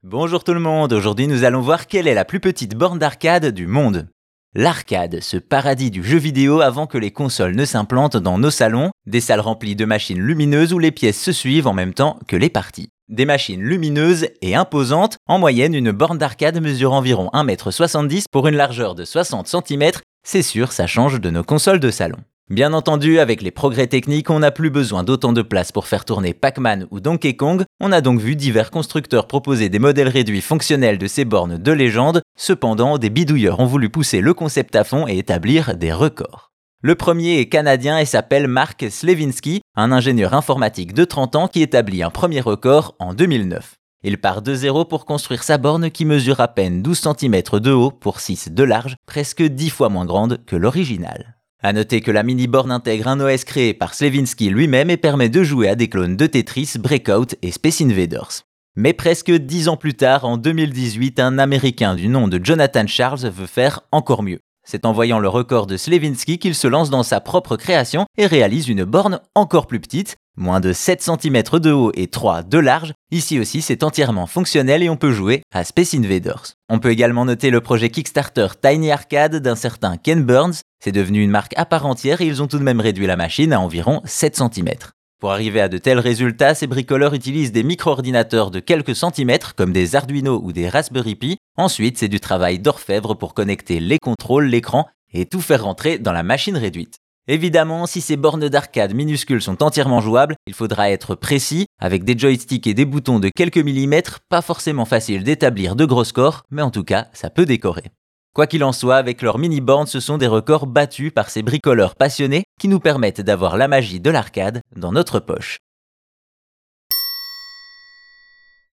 Bonjour tout le monde, aujourd'hui nous allons voir quelle est la plus petite borne d'arcade du monde. L'arcade, ce paradis du jeu vidéo avant que les consoles ne s'implantent dans nos salons, des salles remplies de machines lumineuses où les pièces se suivent en même temps que les parties. Des machines lumineuses et imposantes, en moyenne une borne d'arcade mesure environ 1,70 m pour une largeur de 60 cm, c'est sûr ça change de nos consoles de salon. Bien entendu, avec les progrès techniques, on n'a plus besoin d'autant de place pour faire tourner Pac-Man ou Donkey Kong. On a donc vu divers constructeurs proposer des modèles réduits fonctionnels de ces bornes de légende. Cependant, des bidouilleurs ont voulu pousser le concept à fond et établir des records. Le premier est canadien et s'appelle Mark Slevinski, un ingénieur informatique de 30 ans qui établit un premier record en 2009. Il part de zéro pour construire sa borne qui mesure à peine 12 cm de haut pour 6 de large, presque 10 fois moins grande que l'original. A noter que la mini-borne intègre un OS créé par Slevinski lui-même et permet de jouer à des clones de Tetris, Breakout et Space Invaders. Mais presque 10 ans plus tard, en 2018, un Américain du nom de Jonathan Charles veut faire encore mieux. C'est en voyant le record de Slevinski qu'il se lance dans sa propre création et réalise une borne encore plus petite, moins de 7 cm de haut et 3 de large. Ici aussi, c'est entièrement fonctionnel et on peut jouer à Space Invaders. On peut également noter le projet Kickstarter Tiny Arcade d'un certain Ken Burns. C'est devenu une marque à part entière et ils ont tout de même réduit la machine à environ 7 cm. Pour arriver à de tels résultats, ces bricoleurs utilisent des micro-ordinateurs de quelques centimètres comme des Arduino ou des Raspberry Pi. Ensuite, c'est du travail d'orfèvre pour connecter les contrôles, l'écran et tout faire rentrer dans la machine réduite. Évidemment, si ces bornes d'arcade minuscules sont entièrement jouables, il faudra être précis, avec des joysticks et des boutons de quelques millimètres, pas forcément facile d'établir de gros scores, mais en tout cas, ça peut décorer. Quoi qu'il en soit, avec leurs mini-bornes, ce sont des records battus par ces bricoleurs passionnés qui nous permettent d'avoir la magie de l'arcade dans notre poche.